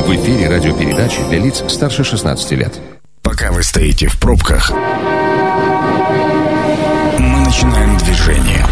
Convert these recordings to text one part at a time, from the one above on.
В эфире радиопередачи для лиц старше 16 лет. Пока вы стоите в пробках, мы начинаем движение.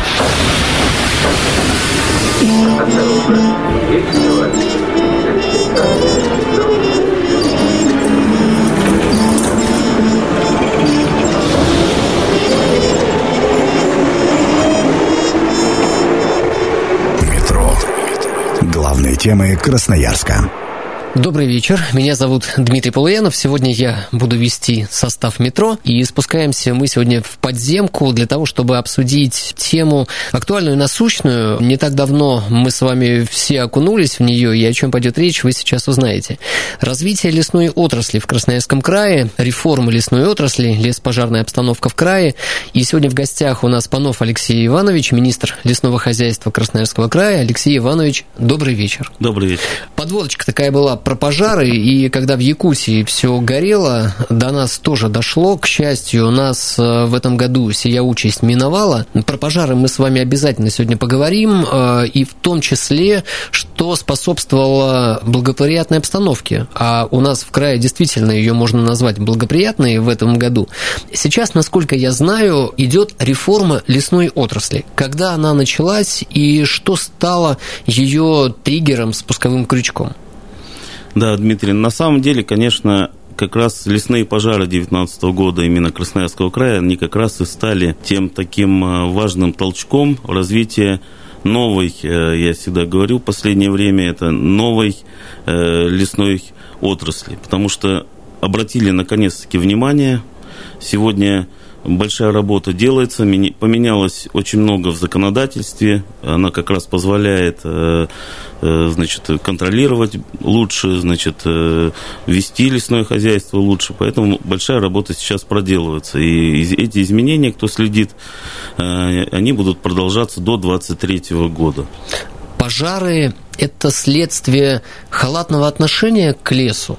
Метро. Главные темы Красноярска. Добрый вечер, меня зовут Дмитрий Полуянов. Сегодня я буду вести состав метро. И спускаемся мы сегодня в подземку для того, чтобы обсудить тему актуальную и насущную. Не так давно мы с вами все окунулись в нее, и о чем пойдет речь, вы сейчас узнаете. Развитие лесной отрасли в Красноярском крае, реформы лесной отрасли, леспожарная обстановка в крае. И сегодня в гостях у нас Панов Алексей Иванович, министр лесного хозяйства Красноярского края. Алексей Иванович, добрый вечер. Добрый вечер. Подводочка такая была про пожары, и когда в Якутии все горело, до нас тоже дошло. К счастью, у нас в этом году сия участь миновала. Про пожары мы с вами обязательно сегодня поговорим, и в том числе, что способствовало благоприятной обстановке. А у нас в крае действительно ее можно назвать благоприятной в этом году. Сейчас, насколько я знаю, идет реформа лесной отрасли. Когда она началась и что стало ее триггером, спусковым крючком? Да, Дмитрий, на самом деле, конечно, как раз лесные пожары 2019 года именно Красноярского края, они как раз и стали тем таким важным толчком развития новой, я всегда говорю в последнее время, это новой лесной отрасли, потому что обратили наконец-таки внимание, сегодня большая работа делается, поменялось очень много в законодательстве, она как раз позволяет, значит, контролировать лучше, значит, вести лесное хозяйство лучше, поэтому большая работа сейчас проделывается, и эти изменения, кто следит, они будут продолжаться до 2023 года. Пожары – это следствие халатного отношения к лесу.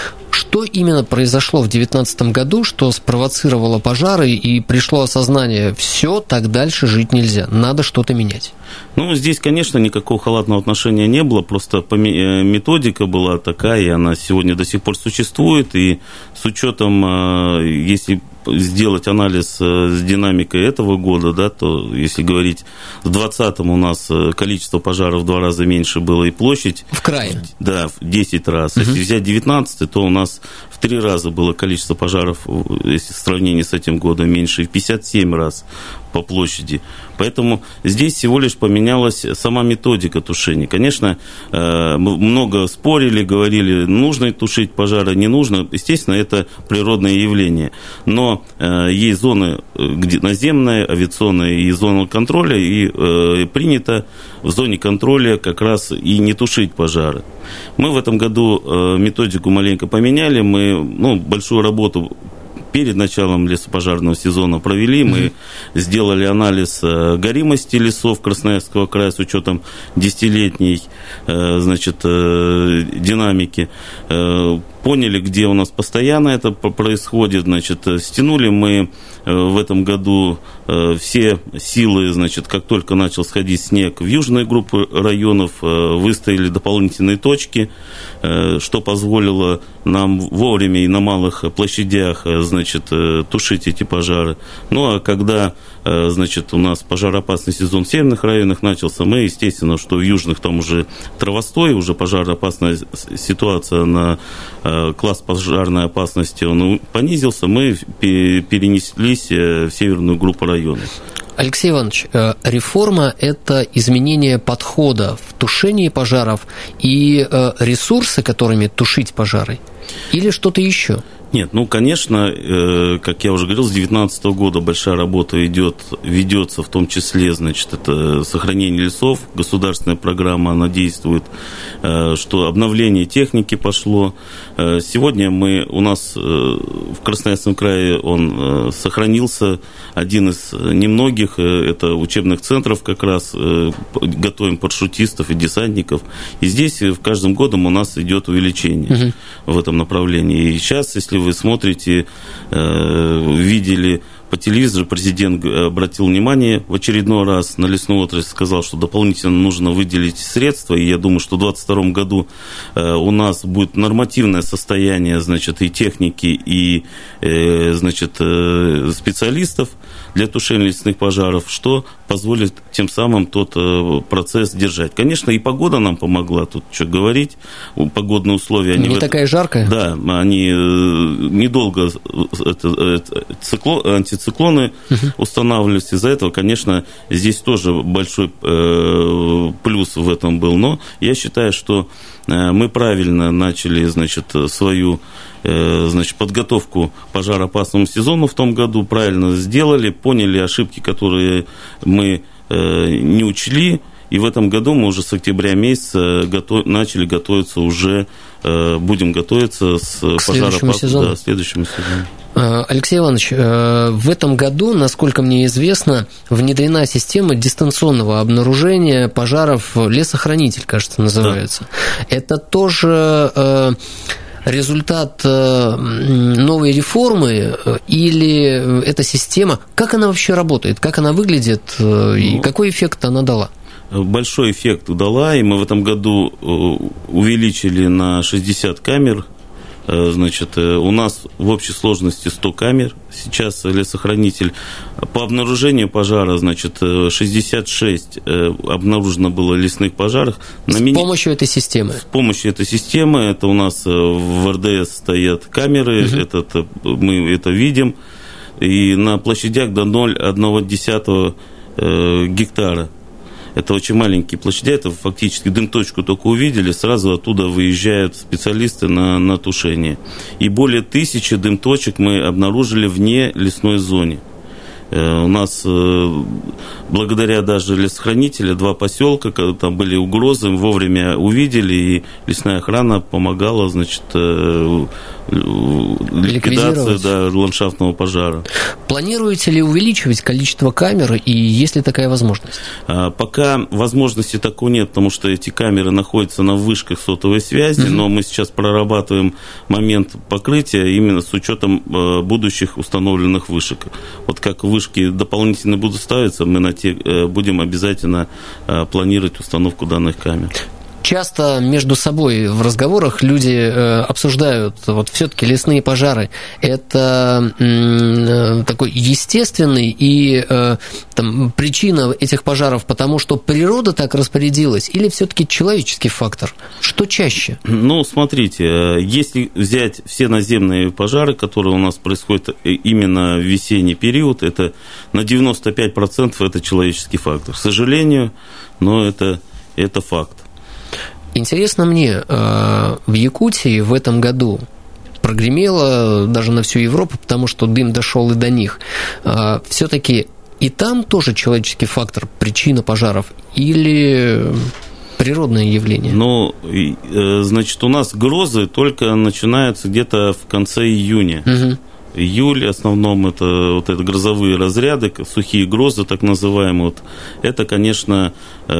Что именно произошло в 2019 году, что спровоцировало пожары и пришло осознание: все, так дальше жить нельзя, надо что-то менять? Ну, здесь, конечно, никакого халатного отношения не было, просто методика была такая, и она сегодня до сих пор существует, и с учетом, если сделать анализ с динамикой этого года, да, то, если говорить, в 2020-м у нас количество пожаров в 2 раза меньше было, и площадь... В крае? Да, в 10 раз. Если взять 19-й, то у нас в 3 раза было количество пожаров, если в сравнении с этим годом, меньше, и в 57 раз по площади. Поэтому здесь всего лишь поменялась сама методика тушения. Конечно, мы много спорили, говорили, нужно тушить пожары, не нужно. Естественно, это природное явление. Но есть зоны, где наземная, авиационная и зона контроля, и принято в зоне контроля как раз и не тушить пожары. Мы в этом году методику маленько поменяли, мы большую работу перед началом лесопожарного сезона провели, мы сделали анализ горимости лесов Красноярского края с учетом 10-летней, значит, динамики. Поняли, где у нас постоянно это происходит, значит, стянули мы в этом году все силы, значит, как только начал сходить снег в южные группы районов, выставили дополнительные точки, что позволило нам вовремя и на малых площадях, значит, тушить эти пожары. Ну, а когда, значит, у нас пожароопасный сезон в северных районах начался, мы, естественно, что в южных там уже травостой, уже пожароопасная ситуация на класс пожарной опасности, он понизился, мы перенеслись в северную группу районов. Алексей Иванович, реформа – это изменение подхода в тушении пожаров и ресурсы, которыми тушить пожары, или что-то еще? Нет, ну, конечно, как я уже говорил, с 2019 года большая работа ведется, в том числе, значит, это сохранение лесов, государственная программа, она действует, что обновление техники пошло. Сегодня у нас в Красноярском крае он сохранился, один из немногих, это учебных центров как раз, готовим парашютистов и десантников, и здесь в каждом годом у нас идет увеличение в этом направлении. И сейчас, если вы смотрите, видели по телевизору президент обратил внимание в очередной раз на лесную отрасль, сказал, что дополнительно нужно выделить средства, и я думаю, что в 2022 году у нас будет нормативное состояние, значит, и техники, и, значит, специалистов для тушения лесных пожаров, что позволит тем самым тот процесс держать. Конечно, и погода нам помогла, тут что говорить, погодные условия... Не такая жаркая? Да, они недолго антициклоны устанавливались, из-за этого, конечно, здесь тоже большой плюс в этом был, но я считаю, что мы правильно начали, значит, свою, значит, подготовку к пожароопасному сезону в том году, правильно сделали, поняли ошибки, которые мы не учли, и в этом году мы уже с октября месяца начали готовиться уже, будем готовиться с пожароопасному сезону. Да, следующему сезону. Алексей Иванович, в этом году, насколько мне известно, внедрена система дистанционного обнаружения пожаров, лесохранитель, кажется, называется. Да. Это тоже результат новой реформы или эта система? Как она вообще работает? Как она выглядит? И какой эффект она дала? Большой эффект дала, и мы в этом году увеличили на 60 камер. Значит, у нас в общей сложности 100 камер. Сейчас лесохранитель по обнаружению пожара, значит, 66 обнаружено было лесных пожаров. С помощью этой системы? С помощью этой системы. Это у нас в РДС стоят камеры, мы это видим. И на площадях до 0,1 гектара. Это очень маленькие площади, это фактически дым-точку только увидели, сразу оттуда выезжают специалисты на тушение. И более 1000 дым-точек мы обнаружили вне лесной зоны. У нас, благодаря даже лесохранителю, 2 поселка, когда там были угрозы, вовремя увидели, и лесная охрана помогала, значит, ликвидации ландшафтного пожара. Планируете ли увеличивать количество камер, и есть ли такая возможность? Пока возможности такой нет, потому что эти камеры находятся на вышках сотовой связи, но мы сейчас прорабатываем момент покрытия именно с учетом будущих установленных вышек. Вот как вышки дополнительно будут ставиться, мы будем обязательно планировать установку данных камер. Часто между собой в разговорах люди обсуждают, вот все-таки лесные пожары – это такой естественный и там, причина этих пожаров, потому что природа так распорядилась, или все-таки человеческий фактор? Что чаще? Ну, смотрите, если взять все наземные пожары, которые у нас происходят именно в весенний период, это на 95% это человеческий фактор. К сожалению, но это факт. Интересно мне, в Якутии в этом году прогремело даже на всю Европу, потому что дым дошел и до них. Все-таки и там тоже человеческий фактор, причина пожаров, или природное явление? Ну, значит, у нас грозы только начинаются где-то в конце июня. Июль, в основном, это грозовые разряды, сухие грозы, так называемые. Вот, это, конечно,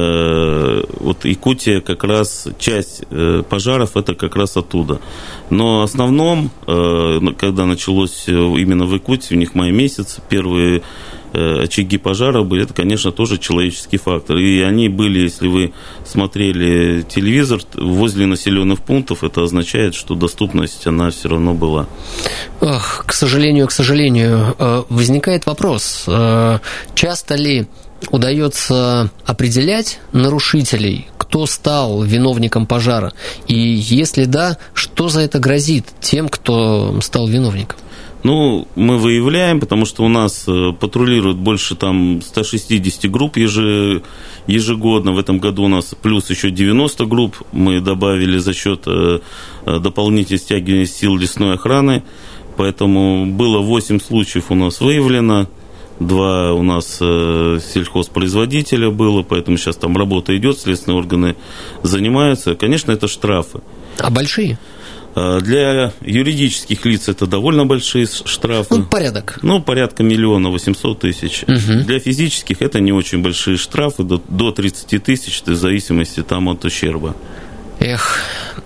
вот Якутия как раз, часть пожаров, это как раз оттуда. Но в основном, когда началось именно в Якутии, у них май месяц, первые очаги пожара были, это, конечно, тоже человеческий фактор. И они были, если вы смотрели телевизор, возле населенных пунктов, это означает, что доступность, она все равно была. К сожалению, возникает вопрос, часто ли удается определять нарушителей, кто стал виновником пожара, и если да, что за это грозит тем, кто стал виновником? Ну, мы выявляем, потому что у нас патрулируют больше там 160 групп ежегодно. В этом году у нас плюс еще 90 групп мы добавили за счет дополнительного стягивания сил лесной охраны. Поэтому было 8 случаев у нас выявлено, 2 у нас сельхозпроизводителя было, поэтому сейчас там работа идет, следственные органы занимаются. Конечно, это штрафы. А большие? Для юридических лиц это довольно большие штрафы. Ну, порядок. Ну, порядка 1 800 000. Для физических это не очень большие штрафы, до 30 000, в зависимости там от ущерба. Эх,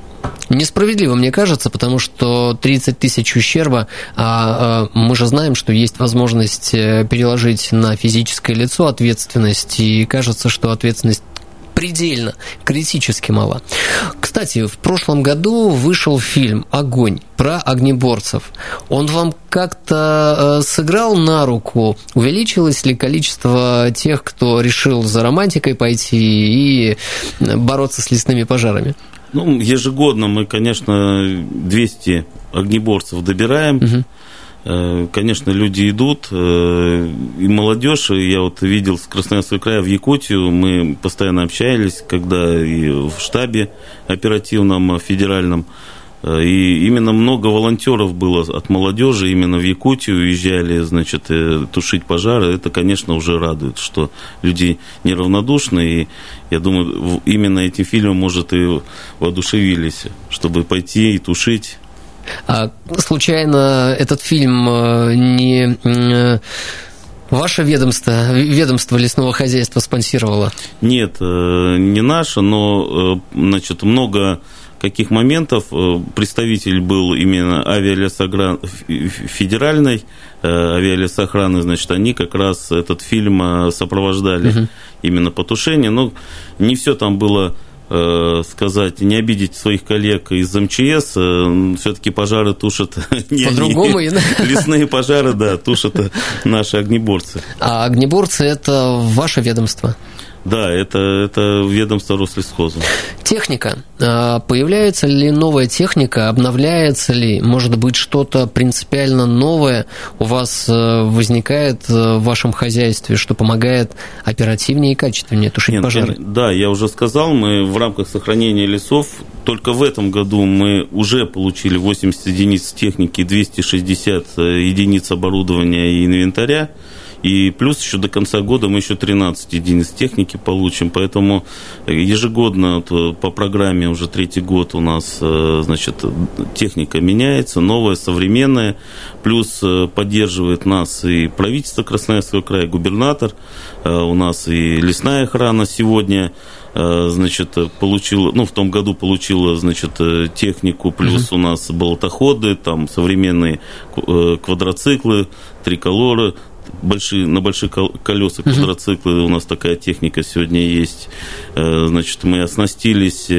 Несправедливо, мне кажется, потому что 30 тысяч ущерба, мы же знаем, что есть возможность переложить на физическое лицо ответственность, и кажется, что ответственность предельно, критически мала. Кстати, в прошлом году вышел фильм «Огонь» про огнеборцев. Он вам как-то сыграл на руку? Увеличилось ли количество тех, кто решил за романтикой пойти и бороться с лесными пожарами? Ну, ежегодно мы, конечно, 200 огнеборцев добираем. Угу. Конечно, люди идут, и молодежь. Я вот видел с Красноярского края в Якутию, мы постоянно общались, когда и в штабе оперативном, федеральном, и именно много волонтеров было от молодежи, именно в Якутию уезжали, значит, тушить пожары. Это, конечно, уже радует, что люди неравнодушны, и я думаю, именно этим фильмом, может, и воодушевились, чтобы пойти и тушить. А случайно этот фильм не ваше ведомство лесного хозяйства спонсировало? Нет, не наше, но, значит, много каких моментов. Представитель был именно федеральной авиалесохраны, значит, они как раз этот фильм сопровождали именно по тушению. Но не все там было, сказать, не обидеть своих коллег из МЧС, все-таки пожары тушат не по-другому, они. Лесные пожары, да, тушат наши огнеборцы. А огнеборцы – это ваше ведомство? Да, это ведомство Рослесхоза. Техника. Появляется ли новая техника, обновляется ли, может быть, что-то принципиально новое у вас возникает в вашем хозяйстве, что помогает оперативнее и качественнее тушить пожары? Да, я уже сказал, мы в рамках сохранения лесов, только в этом году мы уже получили 80 единиц техники, 260 единиц оборудования и инвентаря. И плюс еще до конца года мы еще 13 единиц техники получим, поэтому ежегодно по программе уже 3-й год у нас, значит, техника меняется, новая, современная, плюс поддерживает нас и правительство Красноярского края, губернатор, у нас и лесная охрана сегодня, значит, получила, в том году получила, значит, технику, плюс у нас болотоходы, там современные квадроциклы, триколоры, на больших колесах квадроциклы, у нас такая техника сегодня есть. Значит, мы оснастились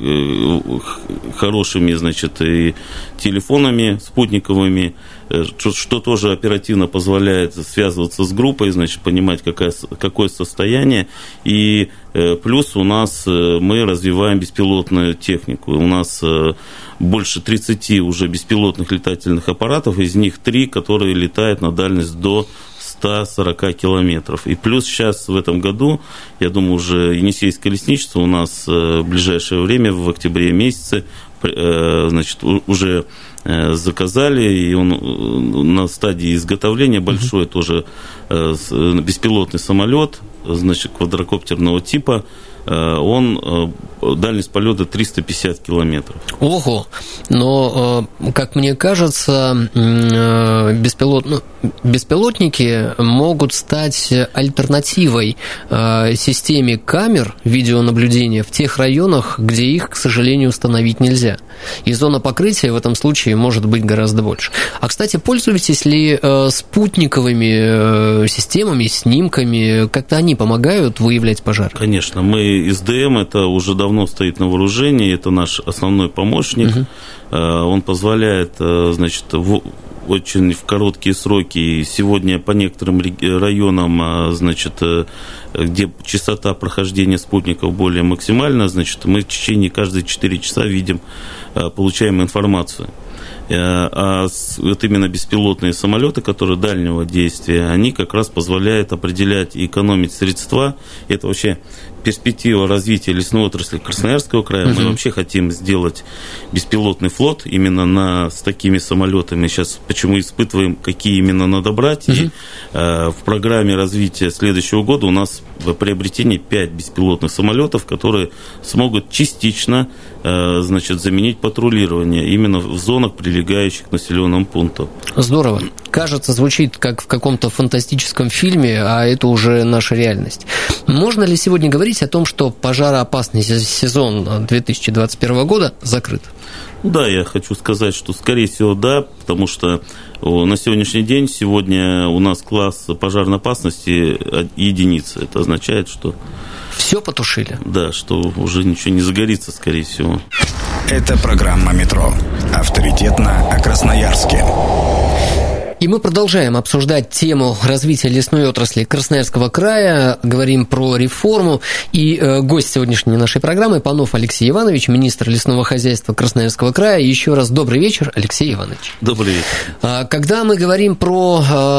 хорошими, значит, и телефонами спутниковыми, что тоже оперативно позволяет связываться с группой, значит, понимать, какое состояние. И плюс у нас мы развиваем беспилотную технику. У нас больше 30 уже беспилотных летательных аппаратов, из них 3, которые летают на дальность до 140 километров. И плюс сейчас в этом году, я думаю, уже Енисейское лесничество у нас в ближайшее время, в октябре месяце, значит, уже заказали, и он на стадии изготовления большой тоже беспилотный самолет, значит, квадрокоптерного типа. Он дальность полета 350 километров. Ого! Но, как мне кажется, беспилотники могут стать альтернативой системе камер видеонаблюдения в тех районах, где их, к сожалению, установить нельзя. И зона покрытия в этом случае может быть гораздо больше. А, кстати, пользуетесь ли спутниковыми системами, снимками? Как-то они помогают выявлять пожар? Конечно. Мы СДМ, это уже давно стоит на вооружении, это наш основной помощник. Он позволяет, значит, очень в короткие сроки, сегодня по некоторым районам, значит, где частота прохождения спутников более максимальна, значит, мы в течение каждые 4 часа видим, получаем информацию. А вот именно беспилотные самолеты, которые дальнего действия, они как раз позволяют определять и экономить средства. Это вообще перспектива развития лесной отрасли Красноярского края. Мы вообще хотим сделать беспилотный флот именно с такими самолетами. Сейчас почему испытываем, какие именно надо брать. И в программе развития следующего года у нас в приобретении 5 беспилотных самолетов, которые смогут частично, значит, заменить патрулирование именно в зонах, прилегающих прилегающих к населенным пунктам. Здорово. Кажется, звучит как в каком-то фантастическом фильме, а это уже наша реальность. Можно ли сегодня говорить о том, что пожароопасный сезон 2021 года закрыт? Да, я хочу сказать, что, скорее всего, да, потому что на сегодняшний день сегодня у нас класс пожарной опасности единица. Это означает, что... Все потушили? Да, что уже ничего не загорится, скорее всего. Это программа «Метро». Авторитетно о Красноярске. И мы продолжаем обсуждать тему развития лесной отрасли Красноярского края, говорим про реформу. И гость сегодняшней нашей программы Панов Алексей Иванович, министр лесного хозяйства Красноярского края. Еще раз добрый вечер, Алексей Иванович. Добрый вечер. Когда мы говорим про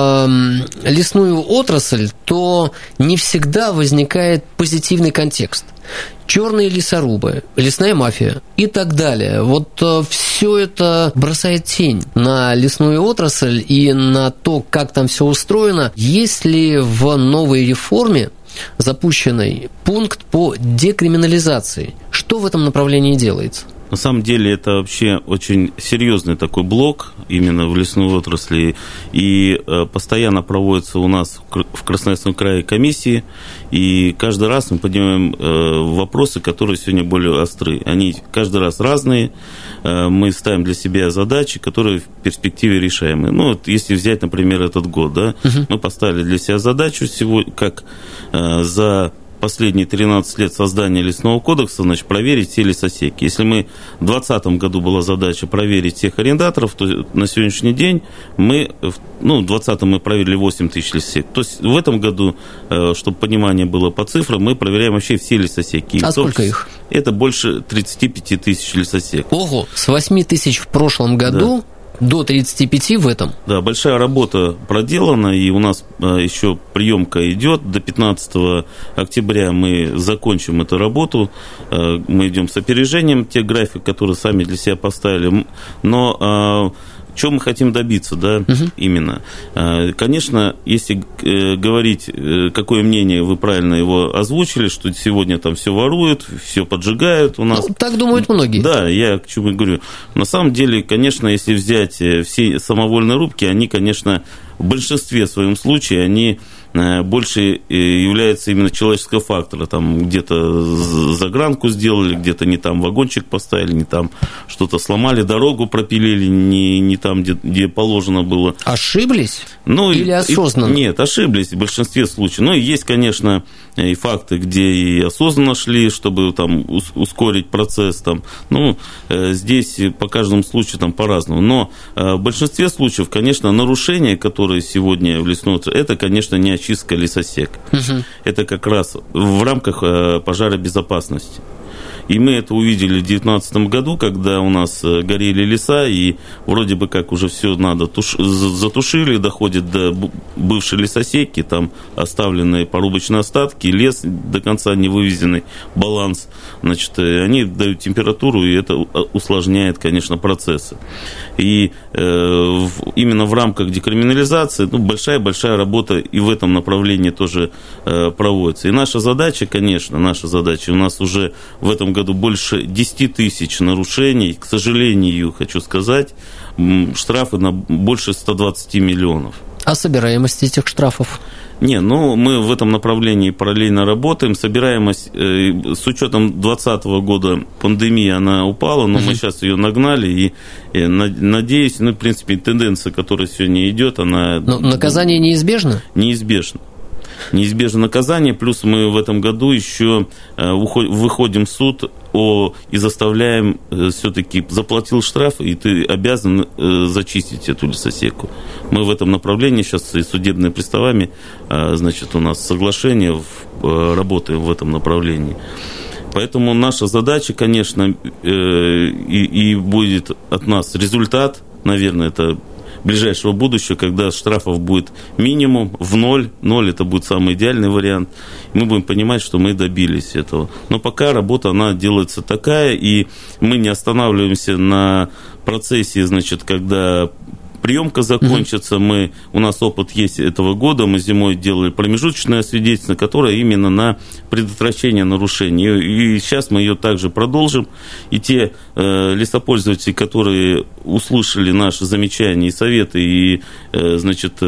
лесную отрасль, то не всегда возникает позитивный контекст. Черные лесорубы, лесная мафия и так далее. Вот все это бросает тень на лесную отрасль и на то, как там все устроено. Есть ли в новой реформе запущенный пункт по декриминализации? Что в этом направлении делается? На самом деле это вообще очень серьезный такой блок именно в лесной отрасли, и постоянно проводятся у нас в Красноярском крае комиссии, и каждый раз мы поднимаем вопросы, которые сегодня более остры. Они каждый раз разные, мы ставим для себя задачи, которые в перспективе решаемы. Ну, вот если взять, например, этот год, да, мы поставили для себя задачу сегодня, как за последние 13 лет создания лесного кодекса, значит, проверить все лесосеки. Если мы в 2020 году была задача проверить всех арендаторов, то на сегодняшний день мы, в 2020 мы проверили 8 тысяч лесосек. То есть в этом году, чтобы понимание было по цифрам, мы проверяем вообще все лесосеки. А сколько их? Это больше 35 тысяч лесосек. Ого, с 8 тысяч в прошлом году... Да. До 35 в этом? Да, большая работа проделана, и у нас еще приемка идет. До 15 октября мы закончим эту работу. Мы идем с опережением тех график, которые сами для себя поставили. Но чего мы хотим добиться, да, именно? Конечно, если говорить, какое мнение, вы правильно его озвучили, что сегодня там все воруют, все поджигают у нас. Ну, так думают многие. Да, я к чему говорю. На самом деле, конечно, если взять все самовольные рубки, они, конечно, в большинстве своем случае, они больше являются именно человеческого фактора. Там где-то загранку сделали, где-то не там вагончик поставили, не там что-то сломали, дорогу пропилили, не там, где положено было. Ошиблись? Или осознанно? Нет, ошиблись в большинстве случаев. Но есть, конечно, и факты, где и осознанно шли, чтобы там ускорить процесс. Там. Здесь по каждому случаю там по-разному. Но в большинстве случаев, конечно, нарушения, которые сегодня в лесной отрасли, это, конечно, не очистка лесосек. Это как раз в рамках пожаробезопасности. И мы это увидели в 2019 году, когда у нас горели леса, и вроде бы как уже все надо затушили, доходит до бывшей лесосеки, там оставленные порубочные остатки, лес до конца не вывезенный, баланс. Значит, они дают температуру, и это усложняет, конечно, процессы. И именно в рамках декриминализации большая работа и в этом направлении тоже проводится. И наша задача, конечно, у нас уже в этом году больше 10 тысяч нарушений. К сожалению, хочу сказать, штрафы на больше 120 миллионов. А собираемость этих штрафов? Мы в этом направлении параллельно работаем. Собираемость, с учетом 2020 года пандемии, она упала, но мы сейчас ее нагнали, и надеюсь, в принципе, тенденция, которая сегодня идет, она... Но наказание неизбежно? Неизбежно. Неизбежно наказание, плюс мы в этом году еще выходим в суд и заставляем все-таки, заплатил штраф, и ты обязан зачистить эту лесосеку. Мы в этом направлении сейчас и судебными приставами, значит, у нас соглашение, работаем в этом направлении. Поэтому наша задача, конечно, и будет от нас результат, наверное, это ближайшего будущего, когда штрафов будет минимум в ноль. Ноль – это будет самый идеальный вариант. Мы будем понимать, что мы добились этого. Но пока работа, она делается такая, и мы не останавливаемся на процессе, значит, когда приемка закончится. У нас опыт есть этого года. Мы зимой делали промежуточное свидетельство, которое именно на предотвращение нарушений. И сейчас мы ее также продолжим. И те лесопользователи, которые услышали наши замечания и советы, и, значит,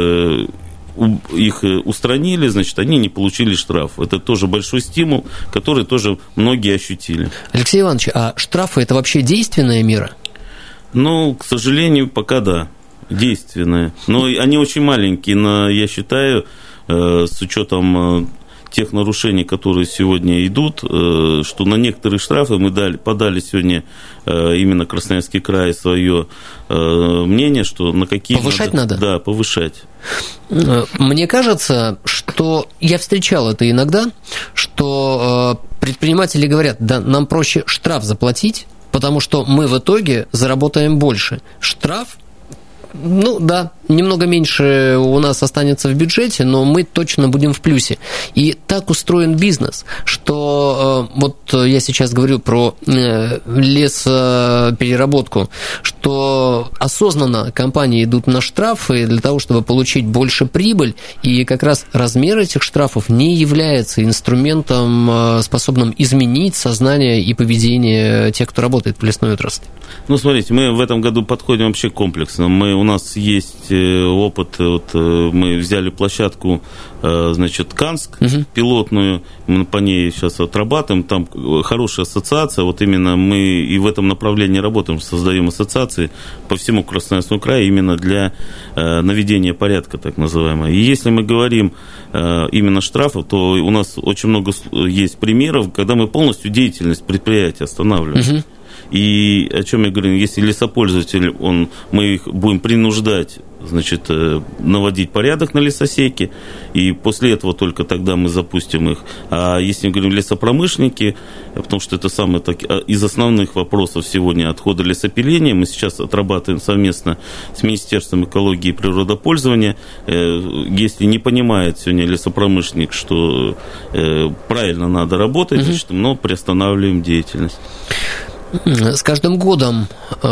их устранили, значит, они не получили штраф. Это тоже большой стимул, который тоже многие ощутили. Алексей Иванович, а штрафы – это вообще действенная мера? Ну, к сожалению, пока да, действенная. Но они очень маленькие, но я считаю, с учетом тех нарушений, которые сегодня идут, что на некоторые штрафы мы подали сегодня именно Красноярский край свое мнение, что на какие... Повышать надо? Да, повышать. Мне кажется, что я встречал это иногда, что предприниматели говорят, да, нам проще штраф заплатить, потому что мы в итоге заработаем больше. Штраф, ну да, немного меньше у нас останется в бюджете, но мы точно будем в плюсе. И так устроен бизнес, что вот я сейчас говорю про лесопереработку, что осознанно компании идут на штрафы для того, чтобы получить больше прибыль, и как раз размер этих штрафов не является инструментом, способным изменить сознание и поведение тех, кто работает в лесной отрасли. Ну, смотрите, мы в этом году подходим вообще комплексно. У нас есть опыт, вот, мы взяли площадку, значит, Канск, пилотную, мы по ней сейчас отрабатываем, там хорошая ассоциация, вот именно мы и в этом направлении работаем, создаем ассоциации по всему Красноярскому краю именно для наведения порядка, так называемого. И если мы говорим именно штрафов, то у нас очень много есть примеров, когда мы полностью деятельность предприятия останавливаем. И о чем я говорю, если лесопользователь, мы их будем принуждать, значит, наводить порядок на лесосеке, и после этого только тогда мы запустим их. А если мы говорим лесопромышленники, потому что это самый из основных вопросов сегодня отхода лесопиления, мы сейчас отрабатываем совместно с Министерством экологии и природопользования. Если не понимает сегодня лесопромышленник, что правильно надо работать, значит, мы приостанавливаем деятельность. С каждым годом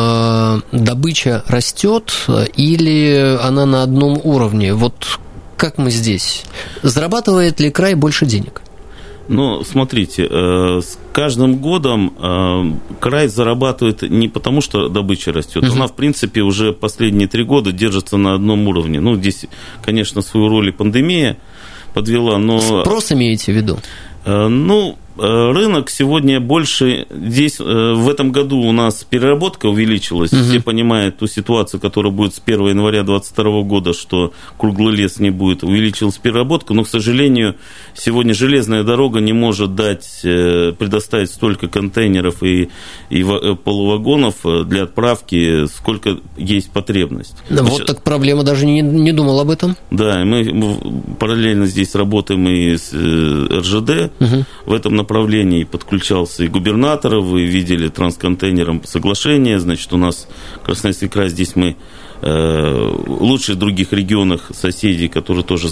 добыча растет или она на одном уровне? Вот как мы здесь? Зарабатывает ли край больше денег? Ну, смотрите, с каждым годом край зарабатывает не потому, что добыча растет. Она, в принципе, уже последние 3 года держится на одном уровне. Ну, здесь, конечно, свою роль и пандемия подвела, но... Спрос имеете в виду? Ну, рынок сегодня больше... Здесь в этом году у нас переработка увеличилась. Все понимают ту ситуацию, которая будет с 1 января 2022 года, что круглый лес не будет. Увеличилась переработка, но, к сожалению, сегодня железная дорога не может предоставить столько контейнеров и полувагонов для отправки, сколько есть потребность. Вот так проблема, даже не думал об этом. Да, мы параллельно здесь работаем и с РЖД в этом направлении, подключался и губернатор, вы видели трансконтейнером соглашение, значит, у нас Красноярский край, здесь мы лучше в других регионах соседей, которые тоже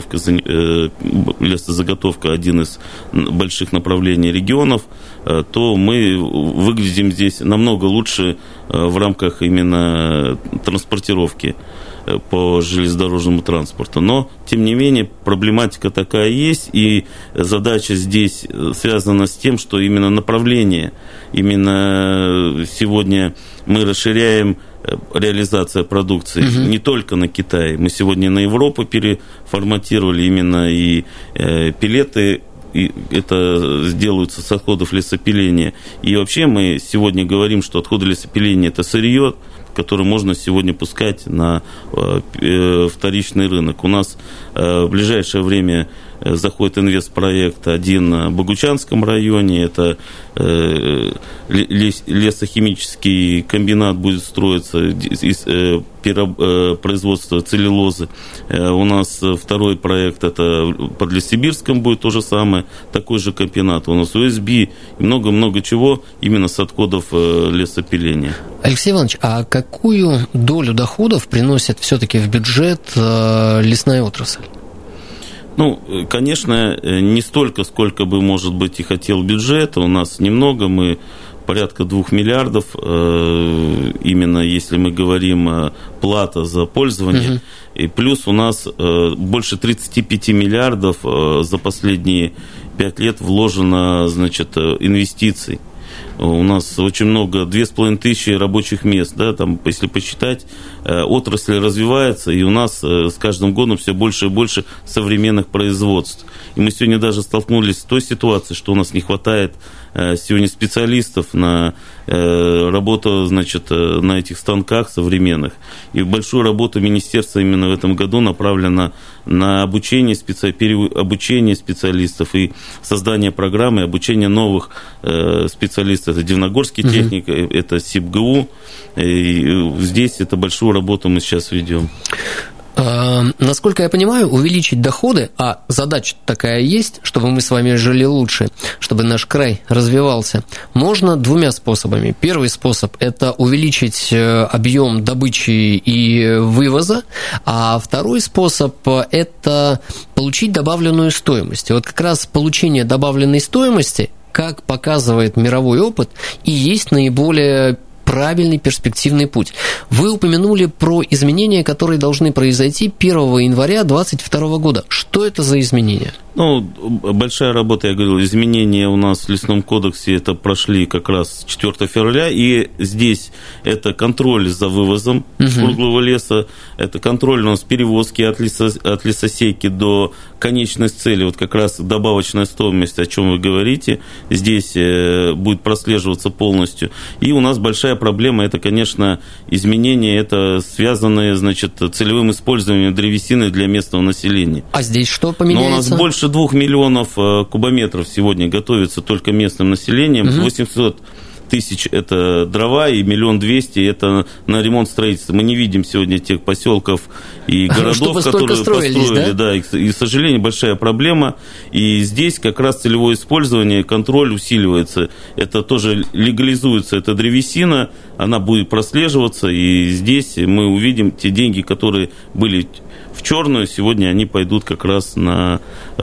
лесозаготовка один из больших направлений регионов, то мы выглядим здесь намного лучше в рамках именно транспортировки по железнодорожному транспорту. Но, тем не менее, проблематика такая есть, и задача здесь связана с тем, что именно направление, именно сегодня мы расширяем реализация продукции не только на Китай. Мы сегодня на Европу переформатировали именно и пелеты, и это делаются с отходов лесопиления. И вообще мы сегодня говорим, что отходы лесопиления – это сырье, который можно сегодня пускать на вторичный рынок. У нас в ближайшее время заходит инвестпроект один в Богучанском районе, это лесохимический комбинат будет строиться из производства целлюлозы. У нас второй проект, это под Лесосибирском будет то же самое, такой же комбинат. У нас УСБ и много-много чего именно с отходов лесопиления. Алексей Иванович, а какую долю доходов приносит все-таки в бюджет лесная отрасль? Ну, конечно, не столько, сколько бы, может быть, и хотел бюджет. У нас немного, мы порядка 2 миллиардов, именно если мы говорим плата за пользование, и плюс у нас больше 35 миллиардов за последние 5 лет вложено, значит, инвестиций. У нас очень много, 2500 рабочих мест, да, там, если посчитать, отрасль развивается, и у нас с каждым годом все больше и больше современных производств. И мы сегодня даже столкнулись с той ситуацией, что у нас не хватает сегодня специалистов на работу, значит, на этих станках современных. И большую работу министерства именно в этом году направлена на обучение специалистов и создание программы обучения новых специалистов. Это Дивногорский техник, это СибГУ. И здесь это большую работу мы сейчас ведем. Насколько я понимаю, увеличить доходы, а задача такая есть, чтобы мы с вами жили лучше, чтобы наш край развивался, можно двумя способами. Первый способ – это увеличить объем добычи и вывоза, а второй способ – это получить добавленную стоимость. И вот как раз получение добавленной стоимости, как показывает мировой опыт, и есть наиболее правильный перспективный путь. Вы упомянули про изменения, которые должны произойти 1 января 2022 года. Что это за изменения? Ну, большая работа, я говорил, изменения у нас в Лесном кодексе, это прошли как раз 4 февраля, и здесь это контроль за вывозом круглого леса, это контроль у нас перевозки от лесосейки до конечной цели, вот как раз добавочная стоимость, о чем вы говорите, здесь будет прослеживаться полностью. И у нас большая проблема, это, конечно, изменения, это связанные, значит, целевым использованием древесины для местного населения. А здесь что поменяется? Но у нас больше 2 миллионов кубометров сегодня готовится только местным населением, 800 тысяч – это дрова, и 1 200 000 – это на ремонт строительства. Мы не видим сегодня тех поселков и городов, которые построили. Да? И, к сожалению, большая проблема. И здесь как раз целевое использование, контроль усиливается. Это тоже легализуется, эта древесина, она будет прослеживаться, и здесь мы увидим те деньги, которые были в черную, сегодня они пойдут как раз на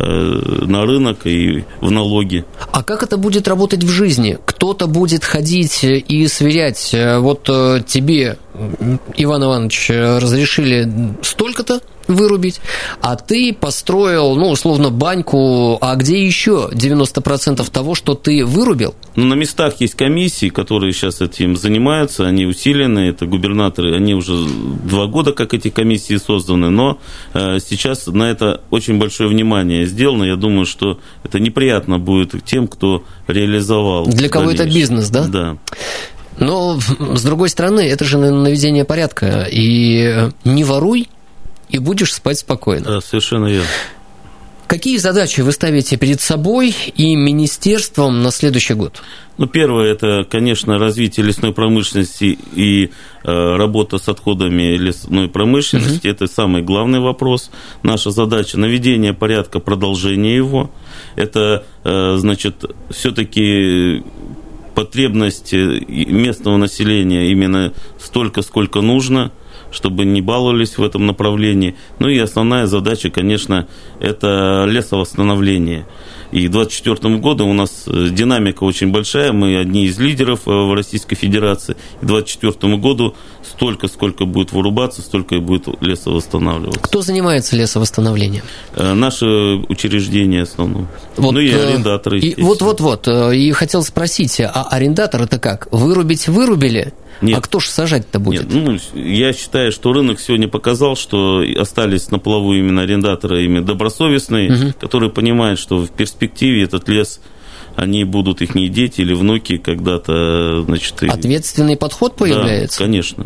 рынок и в налоги. А как это будет работать в жизни? Кто-то будет ходить и сверять, вот тебе, Иван Иванович, разрешили столько-то вырубить, а ты построил, ну, условно, баньку, а где еще 90% того, что ты вырубил? Ну, на местах есть комиссии, которые сейчас этим занимаются, они усилены, это губернаторы, они уже 2 года, как эти комиссии созданы, но сейчас на это очень большое внимание сделано, я думаю, что это неприятно будет тем, кто реализовал. Для кого это бизнес, да? Да. Но, с другой стороны, это же наведение порядка, и не воруй, и будешь спать спокойно. Да, совершенно верно. Какие задачи вы ставите перед собой и министерством на следующий год? Ну, первое, это, конечно, развитие лесной промышленности и работа с отходами лесной промышленности. Это самый главный вопрос. Наша задача – наведение порядка, продолжение его. Это, значит, все-таки потребность местного населения именно столько, сколько нужно, чтобы не баловались в этом направлении. Ну и основная задача, конечно, это лесовосстановление. И к 2024 году у нас динамика очень большая, мы одни из лидеров в Российской Федерации. И к 2024 году столько, сколько будет вырубаться, столько и будет лесовосстанавливаться. Кто занимается лесовосстановлением? Наши учреждения в основном. Вот, ну и арендаторы. Вот. И хотел спросить, а арендатор это как? Вырубить вырубили? Нет. А кто же сажать-то будет? Нет, я считаю, что рынок сегодня показал, что остались на плаву именно арендаторы, именно добросовестные, которые понимают, что в перспективе этот лес, они будут, их дети или внуки когда-то, значит... Ответственный подход появляется? Да, конечно.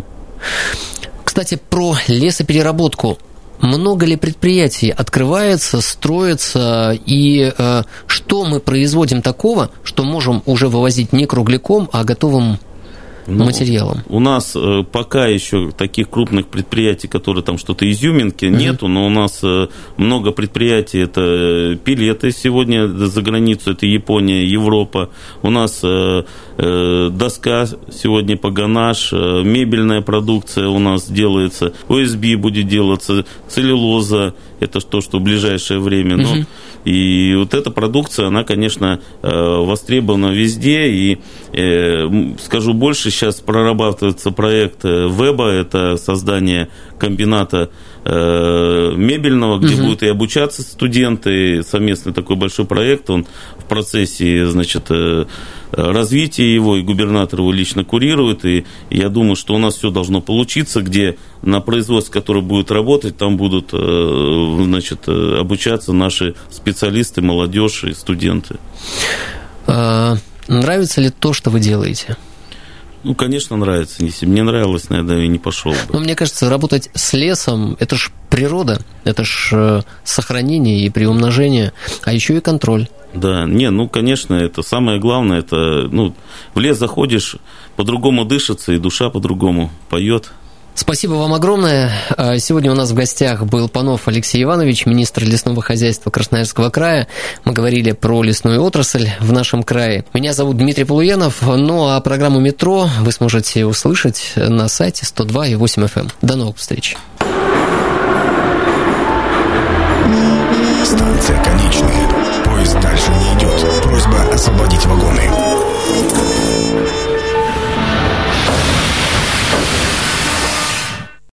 Кстати, про лесопереработку. Много ли предприятий открывается, строится, и что мы производим такого, что можем уже вывозить не кругляком, а готовым материалом? У нас пока еще таких крупных предприятий, которые там что-то изюминки, нету, но у нас много предприятий, это пилеты сегодня за границу, это Япония, Европа. У нас доска сегодня погонаж, мебельная продукция у нас делается, ОСБ будет делаться, целлюлоза, это то, что в ближайшее время. Но и вот эта продукция, она, конечно, востребована везде. И скажу больше, сейчас прорабатывается проект ВЭБа, это создание комбината мебельного, где будут и обучаться студенты. Совместный такой большой проект, он в процессе, значит, развития его, и губернатор его лично курирует. И я думаю, что у нас все должно получиться, где на производстве, которое будет работать, там будут, значит, обучаться наши специалисты, молодежь и студенты. Нравится ли то, что вы делаете? Ну, конечно, нравится. Если бы мне нравилось, наверное, я не пошел бы. Но мне кажется, работать с лесом – это ж природа, это ж сохранение и приумножение, а еще и контроль. Да, ну, конечно, это самое главное, это, в лес заходишь, по-другому дышится, и душа по-другому поет. Спасибо вам огромное. Сегодня у нас в гостях был Панов Алексей Иванович, министр лесного хозяйства Красноярского края. Мы говорили про лесную отрасль в нашем крае. Меня зовут Дмитрий Полуянов, а программу «Метро» вы сможете услышать на сайте 102.8 FM. До новых встреч. Станция конечная.